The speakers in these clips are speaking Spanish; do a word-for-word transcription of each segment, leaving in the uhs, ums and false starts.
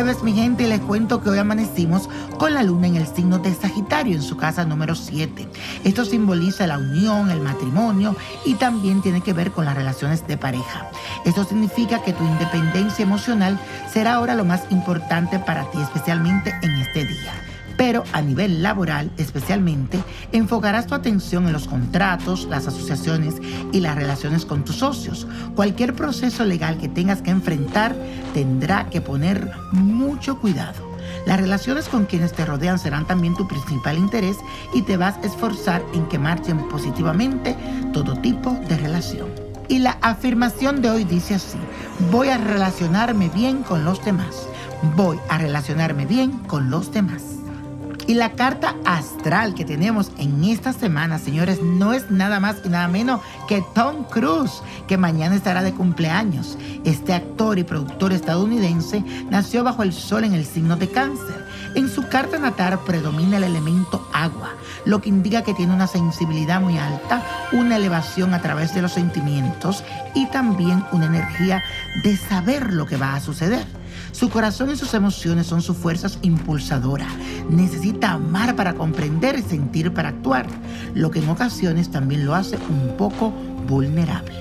Señores, mi gente, les cuento que hoy amanecimos con la luna en el signo de Sagitario, en su casa número siete. Esto simboliza la unión, el matrimonio y también tiene que ver con las relaciones de pareja. Esto significa que tu independencia emocional será ahora lo más importante para ti, especialmente en este día. Pero a nivel laboral, especialmente, enfocarás tu atención en los contratos, las asociaciones y las relaciones con tus socios. Cualquier proceso legal que tengas que enfrentar tendrá que poner mucho cuidado. Las relaciones con quienes te rodean serán también tu principal interés y te vas a esforzar en que marchen positivamente todo tipo de relación. Y la afirmación de hoy dice así: voy a relacionarme bien con los demás. Voy a relacionarme bien con los demás. Y la carta astral que tenemos en esta semana, señores, no es nada más y nada menos que Tom Cruise, que mañana estará de cumpleaños. Este actor y productor estadounidense nació bajo el sol en el signo de Cáncer. En su carta natal predomina el elemento agua, lo que indica que tiene una sensibilidad muy alta, una elevación a través de los sentimientos y también una energía de saber lo que va a suceder. Su corazón y sus emociones son sus fuerzas impulsadoras. Necesita amar para comprender y sentir para actuar, lo que en ocasiones también lo hace un poco vulnerable.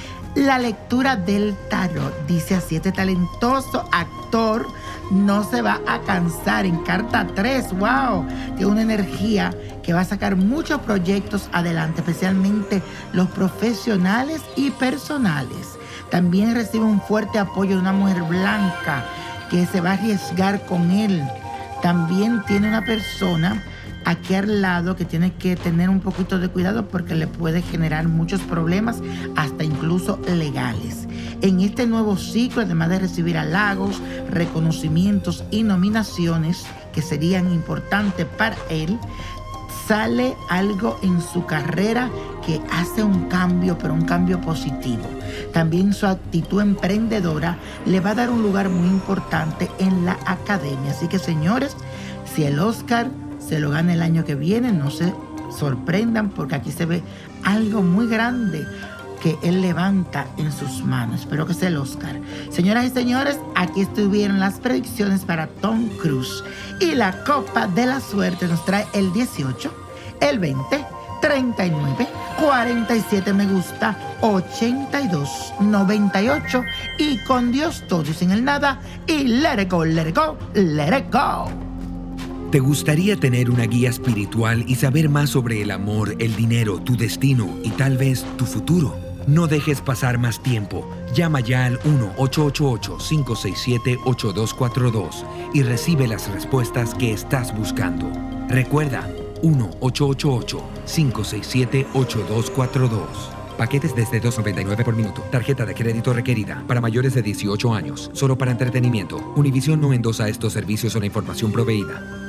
La lectura del tarot dice así: este talentoso actor no se va a cansar. En carta tres, wow, tiene una energía que va a sacar muchos proyectos adelante, especialmente los profesionales y personales. También recibe un fuerte apoyo de una mujer blanca que se va a arriesgar con él. También tiene una persona aquí al lado que tiene que tener un poquito de cuidado porque le puede generar muchos problemas, hasta incluso legales. En este nuevo ciclo, además de recibir halagos, reconocimientos y nominaciones que serían importantes para él, sale algo en su carrera que hace un cambio, pero un cambio positivo. También su actitud emprendedora le va a dar un lugar muy importante en la academia. Así que, señores, si el Oscar se lo gana el año que viene, no se sorprendan porque aquí se ve algo muy grande que él levanta en sus manos. Espero que sea el Oscar. Señoras y señores, aquí estuvieron las predicciones para Tom Cruise. Y la copa de la suerte nos trae el dieciocho, el veinte, treinta y nueve, cuarenta y siete me gusta, ochenta y dos, noventa y ocho y con Dios todo y sin el nada y let it go, let it go, let it go. ¿Te gustaría tener una guía espiritual y saber más sobre el amor, el dinero, tu destino y tal vez tu futuro? No dejes pasar más tiempo. Llama ya al uno ocho ocho ocho, cinco seis siete, ocho dos cuatro dos y recibe las respuestas que estás buscando. Recuerda, uno ocho ocho ocho, cinco seis siete, ocho dos cuatro dos. Paquetes desde dos noventa y nueve por minuto. Tarjeta de crédito requerida para mayores de dieciocho años. Solo para entretenimiento. Univision no endosa estos servicios o la información proveída.